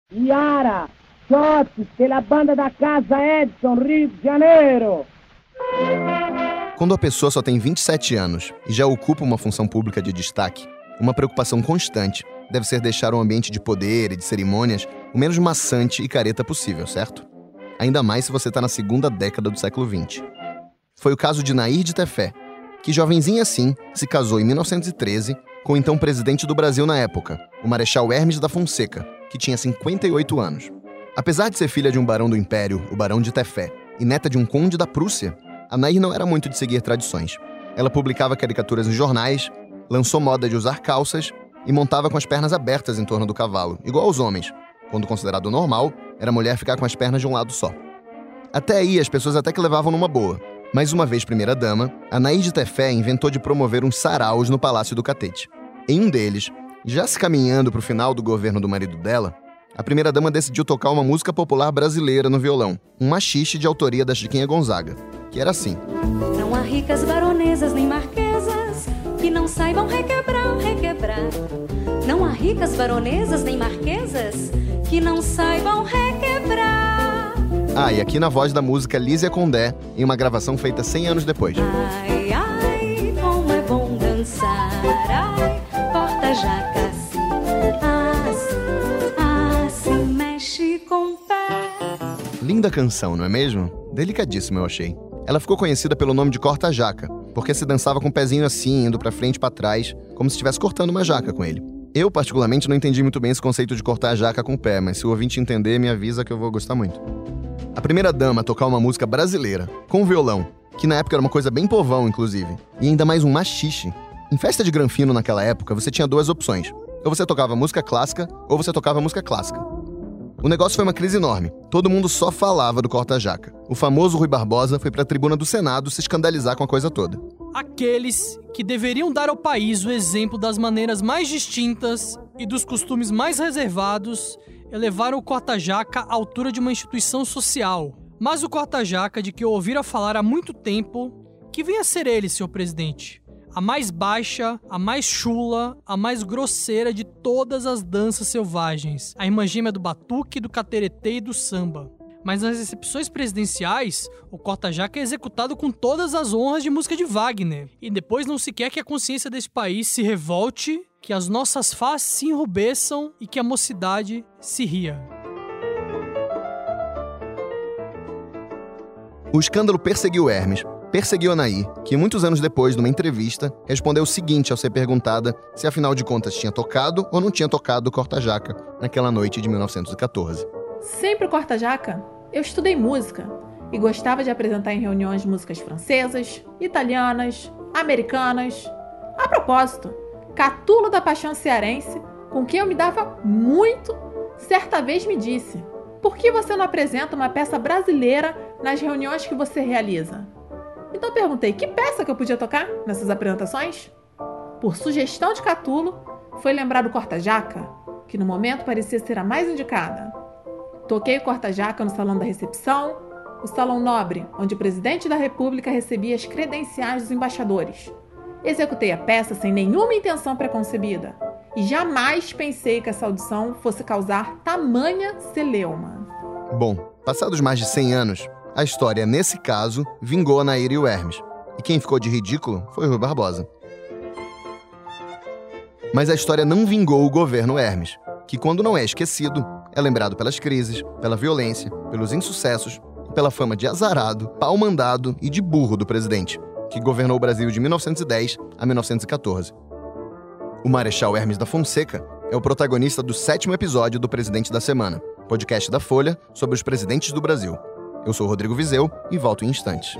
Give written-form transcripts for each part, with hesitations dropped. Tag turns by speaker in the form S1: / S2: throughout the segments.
S1: Yara, Shots, pela banda da Casa Edson, Rio de Janeiro.
S2: Quando a pessoa só tem 27 anos e já ocupa uma função pública de destaque, uma preocupação constante deve ser deixar o ambiente de poder e de cerimônias o menos maçante e careta possível, certo? Ainda mais se você está na segunda década do século XX. Foi o caso de Nair de Tefé, que jovenzinha assim se casou em 1913 com o então presidente do Brasil na época, o Marechal Hermes da Fonseca, que tinha 58 anos. Apesar de ser filha de um barão do Império, o Barão de Tefé, e neta de um conde da Prússia, a Nair não era muito de seguir tradições. Ela publicava caricaturas em jornais, lançou moda de usar calças e montava com as pernas abertas em torno do cavalo, igual aos homens. Quando considerado normal, era a mulher ficar com as pernas de um lado só. Até aí, as pessoas até que levavam numa boa. Mas uma vez primeira-dama, a Nair de Tefé inventou de promover uns saraus no Palácio do Catete. Em um deles, já se caminhando para o final do governo do marido dela, a primeira-dama decidiu tocar uma música popular brasileira no violão, um machixe de autoria da Chiquinha Gonzaga, que era assim.
S3: Não há ricas baronesas nem marquesas que não saibam requebrar. Não há ricas baronesas nem marquesas que não saibam requebrar.
S2: Ah, e aqui na voz da música Lísia Condé, em uma gravação feita 100 anos depois.
S3: Ai, ai, como é bom dançar, ai, porta-jaca assim mexe com o pé.
S2: Linda canção, não é mesmo? Delicadíssima, eu achei. Ela ficou conhecida pelo nome de corta-jaca, porque se dançava com o pezinho assim, indo pra frente e pra trás, como se estivesse cortando uma jaca com ele. Eu, particularmente, não entendi muito bem esse conceito de cortar a jaca com o pé, mas se o ouvinte entender, me avisa que eu vou gostar muito. A primeira-dama a tocar uma música brasileira, com violão, que na época era uma coisa bem povão, inclusive, e ainda mais um machixe. Em festa de granfino naquela época, você tinha duas opções. Ou você tocava música clássica, ou você tocava música clássica. O negócio foi uma crise enorme. Todo mundo só falava do corta-jaca. O famoso Rui Barbosa foi pra tribuna do Senado se escandalizar com a coisa toda.
S4: Aqueles que deveriam dar ao país o exemplo das maneiras mais distintas e dos costumes mais reservados elevaram o corta-jaca à altura de uma instituição social. Mas o corta-jaca de que eu ouvira falar há muito tempo, que venha ser ele, senhor presidente. A mais baixa, a mais chula, a mais grosseira de todas as danças selvagens. A irmã gêmea do batuque, do cateretê e do samba. Mas nas recepções presidenciais, o corta-jaca é executado com todas as honras de música de Wagner. E depois não se quer que a consciência desse país se revolte, que as nossas faces se enrubeçam e que a mocidade se ria.
S2: O escândalo perseguiu Hermes, perseguiu a Nair, que muitos anos depois, numa entrevista, respondeu o seguinte ao ser perguntada se afinal de contas tinha tocado ou não tinha tocado o corta-jaca naquela noite de 1914.
S5: Sempre o corta-jaca? Eu estudei música e gostava de apresentar em reuniões músicas francesas, italianas, americanas. A propósito, Catulo da Paixão Cearense, com quem eu me dava muito, certa vez me disse: por que você não apresenta uma peça brasileira nas reuniões que você realiza? Então perguntei que peça que eu podia tocar nessas apresentações. Por sugestão de Catulo, foi lembrar o corta-jaca, que no momento parecia ser a mais indicada. Toquei o corta-jaca no salão da recepção, o salão nobre, onde o presidente da República recebia as credenciais dos embaixadores. Executei a peça sem nenhuma intenção preconcebida e jamais pensei que essa audição fosse causar tamanha celeuma.
S2: Bom, passados mais de 100 anos, a história, nesse caso, vingou a Nair e o Hermes. E quem ficou de ridículo foi o Rui Barbosa. Mas a história não vingou o governo Hermes, que quando não é esquecido, é lembrado pelas crises, pela violência, pelos insucessos e pela fama de azarado, pau-mandado e de burro do presidente, que governou o Brasil de 1910 a 1914. O Marechal Hermes da Fonseca é o protagonista do 7º episódio do Presidente da Semana, podcast da Folha sobre os presidentes do Brasil. Eu sou o Rodrigo Vizeu e volto em instantes.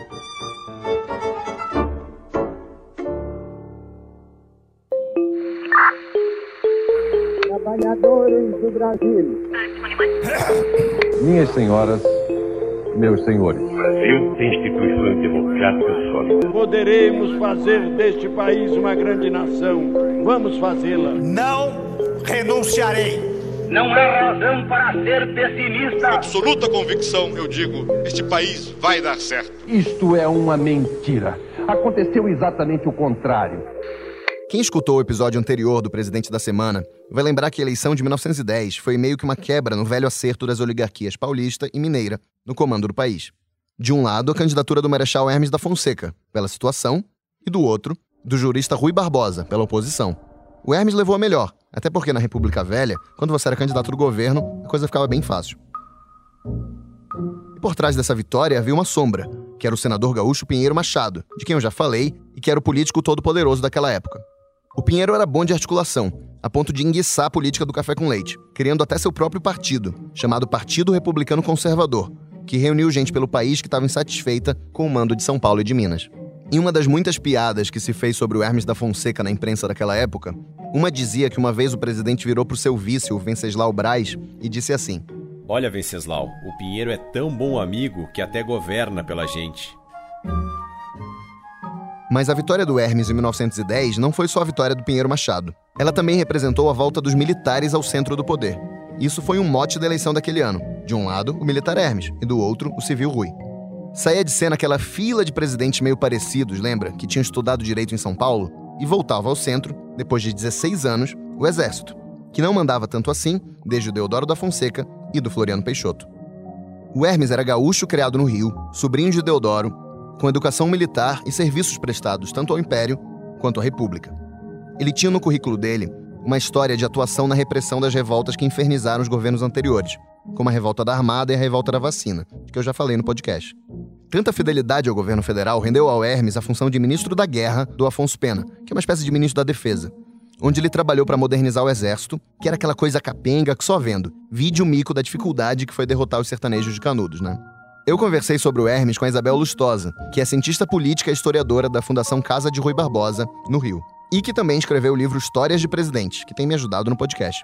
S1: Trabalhadores do Brasil.
S6: Minhas senhoras, meus senhores.
S7: O Brasil tem instituições democráticas sólidas.
S8: Poderemos fazer deste país uma grande nação. Vamos fazê-la.
S9: Não renunciarei.
S10: Não há razão para ser pessimista.
S11: Com absoluta convicção, eu digo, este país vai dar certo.
S6: Isto é uma mentira. Aconteceu exatamente o contrário.
S2: Quem escutou o episódio anterior do Presidente da Semana vai lembrar que a eleição de 1910 foi meio que uma quebra no velho acerto das oligarquias paulista e mineira no comando do país. De um lado, a candidatura do Marechal Hermes da Fonseca, pela situação, e do outro, do jurista Rui Barbosa, pela oposição. O Hermes levou a melhor, até porque na República Velha, quando você era candidato do governo, a coisa ficava bem fácil. E por trás dessa vitória havia uma sombra, que era o senador gaúcho Pinheiro Machado, de quem eu já falei e que era o político todo-poderoso daquela época. O Pinheiro era bom de articulação, a ponto de enguiçar a política do café com leite, criando até seu próprio partido, chamado Partido Republicano Conservador, que reuniu gente pelo país que estava insatisfeita com o mando de São Paulo e de Minas. Em uma das muitas piadas que se fez sobre o Hermes da Fonseca na imprensa daquela época, uma dizia que uma vez o presidente virou para o seu vice, o Venceslau Braz, e disse assim:
S12: "Olha, Venceslau, o Pinheiro é tão bom amigo que até governa pela gente."
S2: Mas a vitória do Hermes em 1910 não foi só a vitória do Pinheiro Machado. Ela também representou a volta dos militares ao centro do poder. Isso foi um mote da eleição daquele ano. De um lado, o militar Hermes, e do outro, o civil Rui. Saía de cena aquela fila de presidentes meio parecidos, lembra? Que tinham estudado direito em São Paulo, e voltava ao centro, depois de 16 anos, o Exército, que não mandava tanto assim desde o Deodoro da Fonseca e do Floriano Peixoto. O Hermes era gaúcho criado no Rio, sobrinho de Deodoro, com educação militar e serviços prestados tanto ao Império quanto à República. Ele tinha no currículo dele uma história de atuação na repressão das revoltas que infernizaram os governos anteriores, como a revolta da Armada e a revolta da Vacina, que eu já falei no podcast. Tanta fidelidade ao governo federal rendeu ao Hermes a função de ministro da Guerra do Afonso Pena, que é uma espécie de ministro da Defesa, onde ele trabalhou para modernizar o exército, que era aquela coisa capenga que só vendo. Vide o mico da dificuldade que foi derrotar os sertanejos de Canudos, né? Eu conversei sobre o Hermes com a Isabel Lustosa, que é cientista política e historiadora da Fundação Casa de Rui Barbosa, no Rio, e que também escreveu o livro Histórias de Presidente, que tem me ajudado no podcast.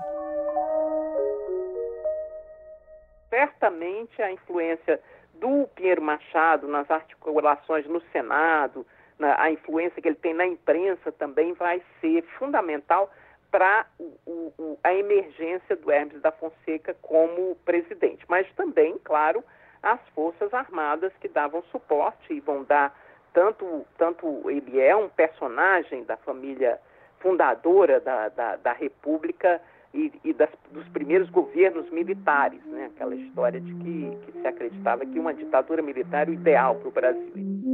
S13: Certamente a influência do Pinheiro Machado nas articulações no Senado, a influência que ele tem na imprensa também vai ser fundamental para a emergência do Hermes da Fonseca como presidente. Mas também, claro, as Forças Armadas que davam suporte e vão dar, tanto ele é um personagem da família fundadora da República e dos primeiros governos militares, né? Aquela história de que se acreditava que uma ditadura militar era o ideal para o Brasil.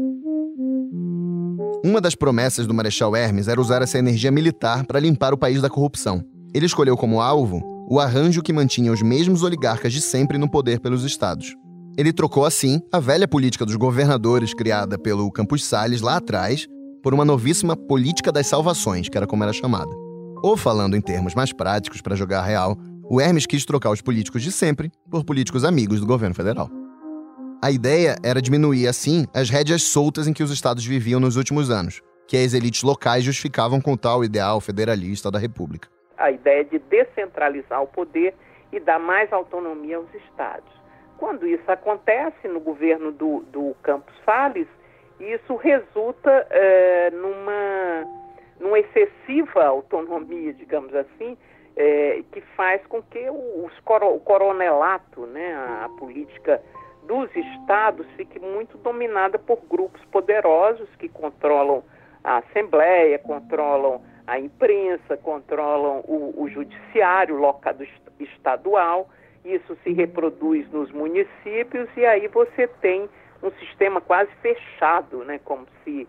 S2: Uma das promessas do Marechal Hermes era usar essa energia militar para limpar o país da corrupção. Ele escolheu como alvo o arranjo que mantinha os mesmos oligarcas de sempre no poder pelos estados. Ele trocou, assim, a velha política dos governadores criada pelo Campos Salles lá atrás por uma novíssima política das salvações, que era como era chamada. Ou, falando em termos mais práticos para jogar a real, o Hermes quis trocar os políticos de sempre por políticos amigos do governo federal. A ideia era diminuir, assim, as rédeas soltas em que os estados viviam nos últimos anos, que as elites locais justificavam com o tal ideal federalista da República.
S13: A ideia de descentralizar o poder e dar mais autonomia aos estados. Quando isso acontece no governo do Campos Salles, isso resulta numa excessiva autonomia, digamos assim, que faz com que o coronelato, né, a política dos estados, fique muito dominada por grupos poderosos que controlam a Assembleia, controlam a imprensa, controlam o judiciário local, estadual. Isso se reproduz nos municípios e aí você tem um sistema quase fechado, né, como se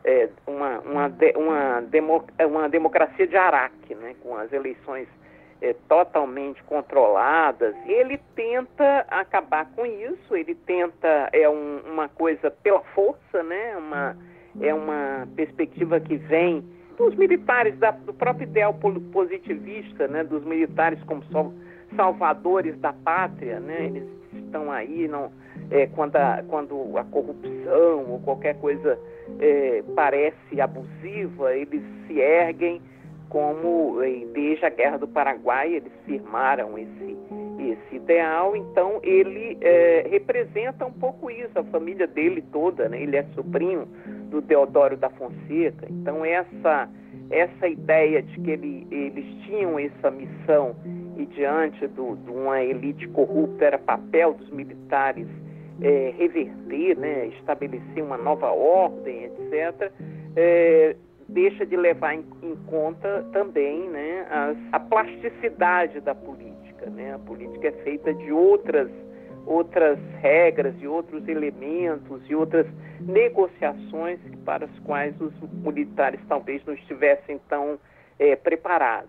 S13: uma democracia de Araque, né, com as eleições totalmente controladas. Ele tenta acabar com isso, ele tenta, uma coisa pela força, né, é uma perspectiva que vem dos militares, do próprio ideal positivista, né, dos militares como salvadores da pátria, né? Eles estão aí, quando a corrupção ou qualquer coisa parece abusiva, eles se erguem como, desde a Guerra do Paraguai, eles firmaram esse ideal. Então ele representa um pouco isso, a família dele toda, né? Ele é sobrinho do Deodoro da Fonseca. Então essa ideia de que eles tinham essa missão e diante de uma elite corrupta era papel dos militares reverter, né, estabelecer uma nova ordem, etc., deixa de levar em conta também, né, a plasticidade da política, né? A política é feita de outras regras e outros elementos e outras negociações para as quais os militares talvez não estivessem tão preparados.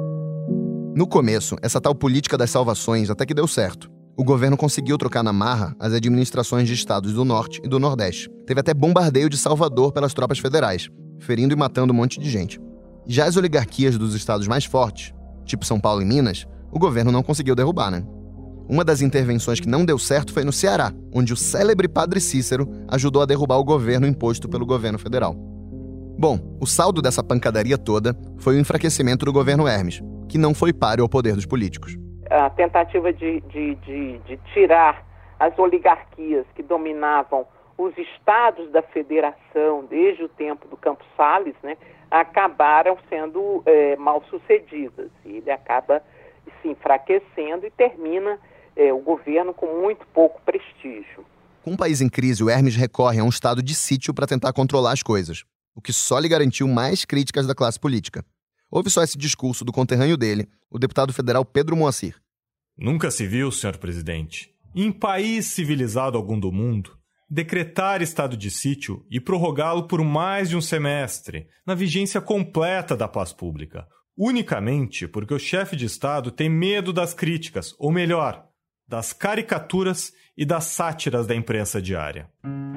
S2: No começo, essa tal política das salvações até que deu certo. O governo conseguiu trocar na marra as administrações de estados do Norte e do Nordeste. Teve até bombardeio de Salvador pelas tropas federais, ferindo e matando um monte de gente. Já as oligarquias dos estados mais fortes, tipo São Paulo e Minas, o governo não conseguiu derrubar, né? Uma das intervenções que não deu certo foi no Ceará, onde o célebre Padre Cícero ajudou a derrubar o governo imposto pelo governo federal. Bom, o saldo dessa pancadaria toda foi o enfraquecimento do governo Hermes, que não foi páreo ao poder dos políticos.
S13: A tentativa de tirar as oligarquias que dominavam os estados da federação desde o tempo do Campos Salles, né, acabaram sendo mal sucedidas. E ele acaba se enfraquecendo e termina o governo com muito pouco prestígio.
S2: Com o país em crise, o Hermes recorre a um estado de sítio para tentar controlar as coisas, o que só lhe garantiu mais críticas da classe política. Houve só esse discurso do conterrâneo dele, o deputado federal Pedro Moacir.
S14: Nunca se viu, senhor presidente, em país civilizado algum do mundo, decretar estado de sítio e prorrogá-lo por mais de um semestre, na vigência completa da paz pública, unicamente porque o chefe de Estado tem medo das críticas, ou melhor, das caricaturas e das sátiras da imprensa diária.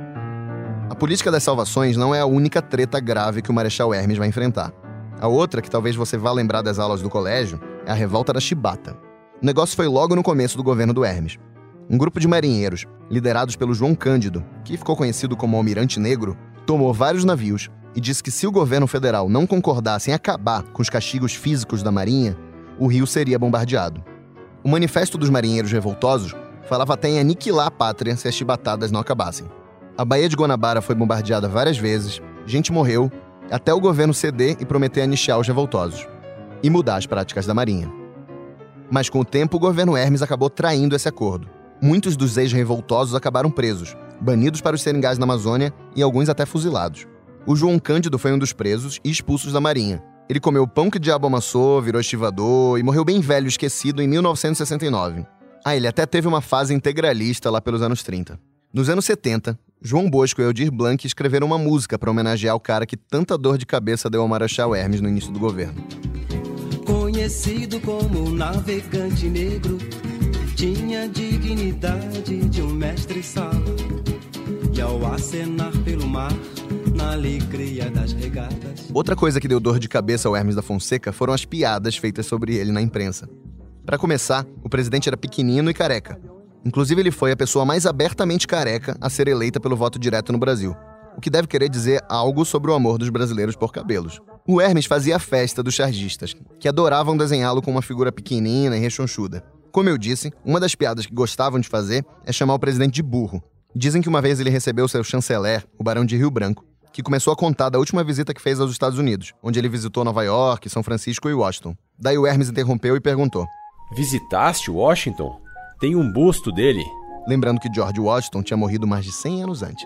S2: A política das salvações não é a única treta grave que o Marechal Hermes vai enfrentar. A outra, que talvez você vá lembrar das aulas do colégio, é a revolta da Chibata. O negócio foi logo no começo do governo do Hermes. Um grupo de marinheiros, liderados pelo João Cândido, que ficou conhecido como Almirante Negro, tomou vários navios e disse que se o governo federal não concordasse em acabar com os castigos físicos da marinha, o rio seria bombardeado. O Manifesto dos Marinheiros Revoltosos falava até em aniquilar a pátria se as chibatadas não acabassem. A Baía de Guanabara foi bombardeada várias vezes, gente morreu, até o governo ceder e prometer anistiar os revoltosos e mudar as práticas da marinha. Mas com o tempo, o governo Hermes acabou traindo esse acordo. Muitos dos ex-revoltosos acabaram presos, banidos para os seringais na Amazônia e alguns até fuzilados. O João Cândido foi um dos presos e expulsos da marinha. Ele comeu pão que o diabo amassou, virou estivador e morreu bem velho, esquecido, em 1969. Ele até teve uma fase integralista lá pelos anos 30. Nos anos 70, João Bosco e Aldir Blanc escreveram uma música para homenagear o cara que tanta dor de cabeça deu ao Marechal Hermes no início do governo.
S15: Conhecido como navegante negro, tinha dignidade de um mestre-sala, e ao acenar pelo mar, na alegria das regatas...
S2: Outra coisa que deu dor de cabeça ao Hermes da Fonseca foram as piadas feitas sobre ele na imprensa. Para começar, o presidente era pequenino e careca. Inclusive, ele foi a pessoa mais abertamente careca a ser eleita pelo voto direto no Brasil, o que deve querer dizer algo sobre o amor dos brasileiros por cabelos. O Hermes fazia a festa dos chargistas, que adoravam desenhá-lo com uma figura pequenina e rechonchuda. Como eu disse, uma das piadas que gostavam de fazer é chamar o presidente de burro. Dizem que uma vez ele recebeu seu chanceler, o Barão de Rio Branco, que começou a contar da última visita que fez aos Estados Unidos, onde ele visitou Nova York, São Francisco e Washington. Daí o Hermes interrompeu e perguntou:
S12: Visitaste Washington? Tem um busto dele.
S2: Lembrando que George Washington tinha morrido mais de 100 anos antes.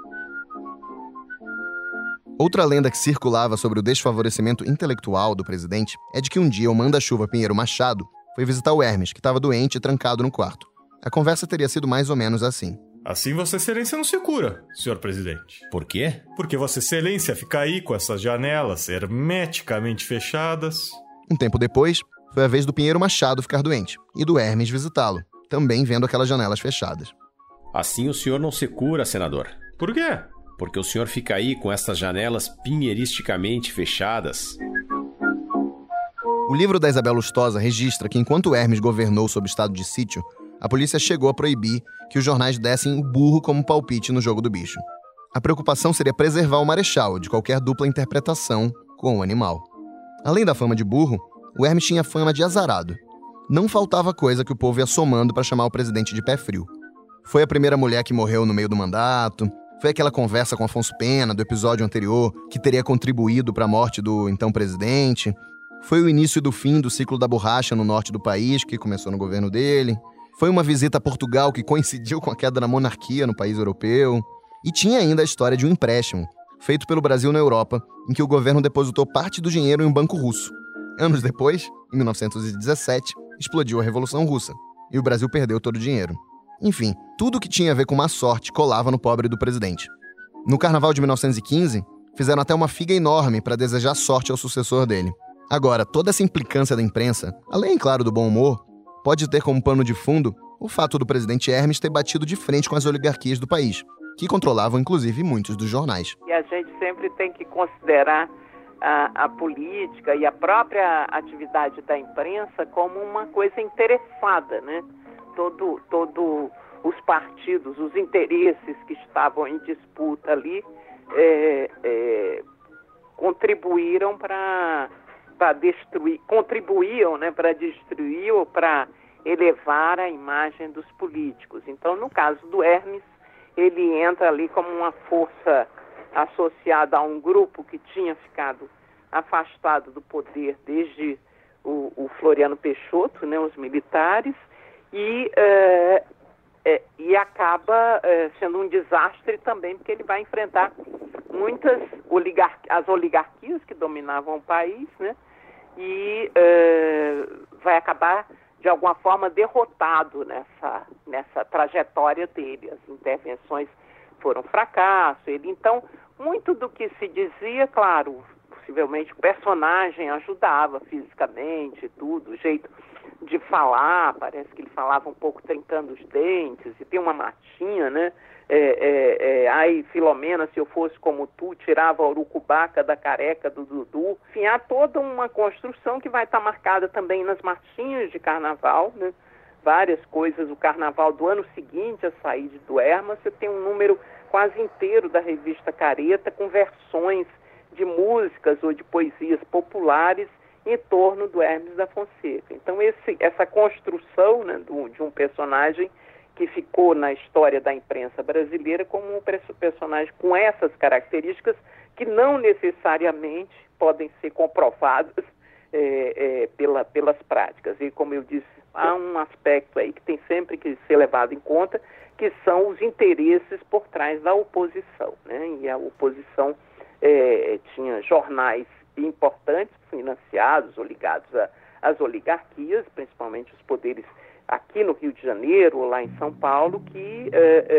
S2: Outra lenda que circulava sobre o desfavorecimento intelectual do presidente é de que um dia o manda-chuva Pinheiro Machado foi visitar o Hermes, que estava doente e trancado no quarto. A conversa teria sido mais ou menos assim.
S14: Assim Vossa Excelência não se cura, senhor presidente.
S12: Por quê?
S14: Porque Vossa Excelência fica aí com essas janelas hermeticamente fechadas.
S2: Um tempo depois, foi a vez do Pinheiro Machado ficar doente e do Hermes visitá-lo, também vendo aquelas janelas fechadas.
S12: Assim o senhor não se cura, senador.
S14: Por quê?
S12: Porque o senhor fica aí com essas janelas pinheiristicamente fechadas.
S2: O livro da Isabel Lustosa registra que enquanto Hermes governou sob estado de sítio, a polícia chegou a proibir que os jornais dessem o burro como palpite no jogo do bicho. A preocupação seria preservar o marechal de qualquer dupla interpretação com o animal. Além da fama de burro, o Hermes tinha fama de azarado. Não faltava coisa que o povo ia somando para chamar o presidente de pé frio. Foi a primeira mulher que morreu no meio do mandato, foi aquela conversa com Afonso Pena do episódio anterior que teria contribuído para a morte do então presidente, foi o início do fim do ciclo da borracha no norte do país, que começou no governo dele, foi uma visita a Portugal que coincidiu com a queda da monarquia no país europeu, e tinha ainda a história de um empréstimo, feito pelo Brasil na Europa, em que o governo depositou parte do dinheiro em um banco russo. Anos depois, em 1917, explodiu a Revolução Russa, e o Brasil perdeu todo o dinheiro. Enfim, tudo que tinha a ver com má sorte colava no pobre do presidente. No Carnaval de 1915, fizeram até uma figa enorme para desejar sorte ao sucessor dele. Agora, toda essa implicância da imprensa, além, claro, do bom humor, pode ter como pano de fundo o fato do presidente Hermes ter batido de frente com as oligarquias do país, que controlavam, inclusive, muitos dos jornais.
S13: E a gente sempre tem que considerar a política e a própria atividade da imprensa como uma coisa interessada, né? Todo os partidos, os interesses que estavam em disputa ali contribuíram para destruir, contribuíam, né, para destruir ou para elevar a imagem dos políticos. Então, no caso do Hermes, ele entra ali como uma força associada a um grupo que tinha ficado afastado do poder desde o Floriano Peixoto, né, os militares, e acaba sendo um desastre também, porque ele vai enfrentar muitas as oligarquias que dominavam o país, né, e vai acabar, de alguma forma, derrotado nessa trajetória dele. As intervenções foram fracasso. Então, muito do que se dizia, claro, possivelmente o personagem ajudava fisicamente, tudo, o jeito de falar, parece que ele falava um pouco trincando os dentes, e tem uma matinha, né? Ai, Filomena, se eu fosse como tu, tirava a urucubaca da careca do Dudu. Enfim, há toda uma construção que vai estar marcada também nas marchinhas de carnaval, né? Várias coisas. O carnaval do ano seguinte a saída do Hermes, você tem um número quase inteiro da revista Careta com versões de músicas ou de poesias populares em torno do Hermes da Fonseca. Então essa construção, né, de um personagem que ficou na história da imprensa brasileira como um personagem com essas características que não necessariamente podem ser comprovadas pelas práticas. E, como eu disse, há um aspecto aí que tem sempre que ser levado em conta, que são os interesses por trás da oposição, né? E a oposição tinha jornais importantes, financiados ou ligados às oligarquias, principalmente os poderes aqui no Rio de Janeiro ou lá em São Paulo, que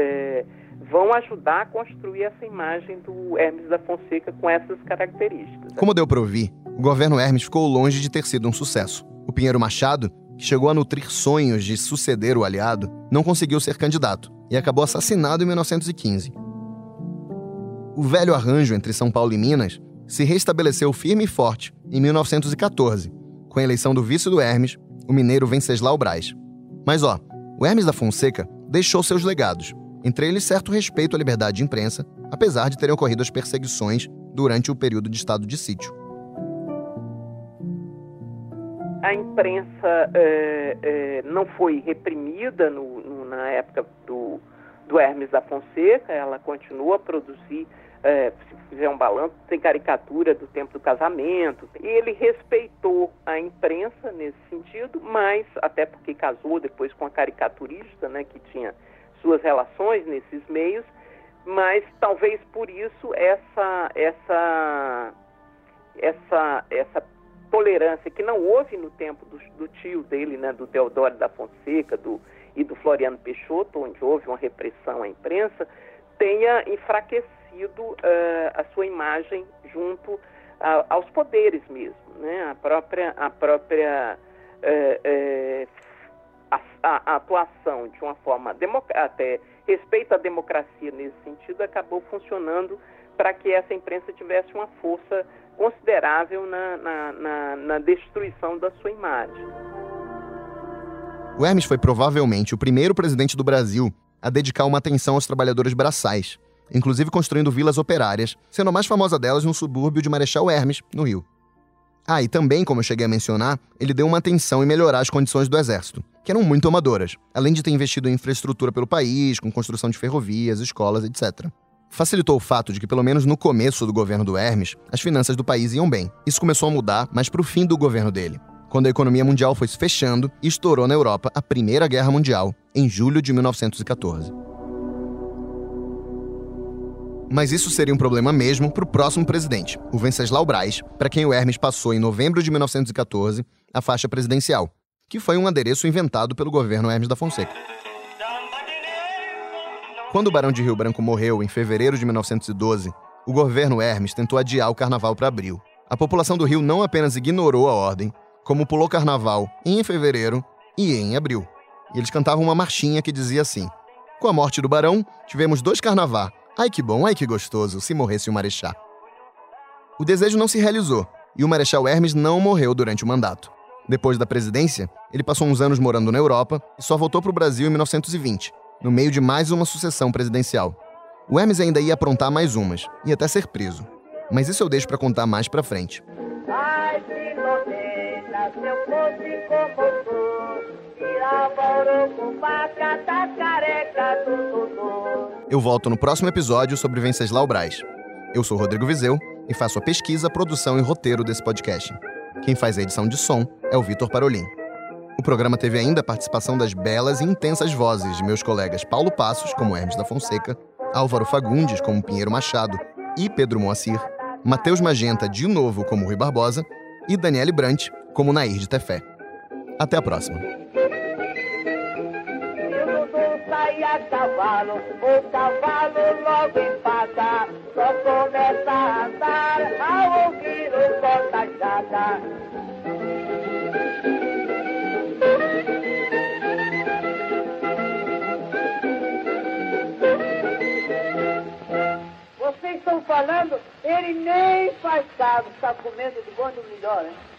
S13: vão ajudar a construir essa imagem do Hermes da Fonseca com essas características.
S2: Como deu para ouvir, o governo Hermes ficou longe de ter sido um sucesso. O Pinheiro Machado, que chegou a nutrir sonhos de suceder o aliado, não conseguiu ser candidato e acabou assassinado em 1915. O velho arranjo entre São Paulo e Minas se restabeleceu firme e forte em 1914, com a eleição do vice do Hermes, o mineiro Venceslau Braz. Mas o Hermes da Fonseca deixou seus legados, entre eles certo respeito à liberdade de imprensa, apesar de terem ocorrido as perseguições durante o período de estado de sítio.
S13: A imprensa não foi reprimida na época do Hermes da Fonseca, ela continua a produzir, se fizer um balanço, tem caricatura do tempo do casamento. Ele respeitou a imprensa nesse sentido, mas, até porque casou depois com a caricaturista, né, que tinha suas relações nesses meios, mas talvez por isso essa tolerância que não houve no tempo do tio dele, né, do Deodoro da Fonseca e do Floriano Peixoto, onde houve uma repressão à imprensa, tenha enfraquecido a sua imagem junto aos poderes mesmo, né? A atuação de uma forma até respeito à democracia nesse sentido acabou funcionando para que essa imprensa tivesse uma força considerável na destruição da sua imagem.
S2: O Hermes foi provavelmente o primeiro presidente do Brasil a dedicar uma atenção aos trabalhadores braçais, inclusive construindo vilas operárias, sendo a mais famosa delas no subúrbio de Marechal Hermes, no Rio. E também, como eu cheguei a mencionar, ele deu uma atenção em melhorar as condições do exército, que eram muito amadoras, além de ter investido em infraestrutura pelo país, com construção de ferrovias, escolas, etc. Facilitou o fato de que, pelo menos no começo do governo do Hermes, as finanças do país iam bem. Isso começou a mudar, mas para o fim do governo dele, quando a economia mundial foi se fechando e estourou na Europa a Primeira Guerra Mundial, em julho de 1914. Mas isso seria um problema mesmo para o próximo presidente, o Venceslau Braz, para quem o Hermes passou em novembro de 1914 a faixa presidencial, que foi um adereço inventado pelo governo Hermes da Fonseca. Quando o Barão de Rio Branco morreu em fevereiro de 1912, o governo Hermes tentou adiar o carnaval para abril. A população do Rio não apenas ignorou a ordem, como pulou carnaval em fevereiro e em abril. E eles cantavam uma marchinha que dizia assim: com a morte do barão, tivemos 2 carnavá. Ai que bom, ai que gostoso, se morresse o marechá. O desejo não se realizou, e o marechal Hermes não morreu durante o mandato. Depois da presidência, ele passou uns anos morando na Europa e só voltou para o Brasil em 1920, no meio de mais uma sucessão presidencial. O Hermes ainda ia aprontar mais umas, e até ser preso. Mas isso eu deixo para contar mais pra frente.
S16: Ai, Filomena, se eu fosse como tu, tirava ouro com vaca da careca do Dudu.
S2: Eu volto no próximo episódio sobre Venceslau Braz. Eu sou Rodrigo Vizeu e faço a pesquisa, produção e roteiro desse podcast. Quem faz a edição de som é o Vitor Parolin. O programa teve ainda a participação das belas e intensas vozes de meus colegas Paulo Passos, como Hermes da Fonseca, Álvaro Fagundes, como Pinheiro Machado, e Pedro Moacir, Matheus Magenta, de novo, como Rui Barbosa, e Daniele Brant, como Nair de Tefé. Até a próxima.
S16: A cavalo, o cavalo logo empata, só começa a andar ao ouvir o corta-jaca. Vocês estão falando, ele nem faz caso, está comendo de bom e do melhor, hein?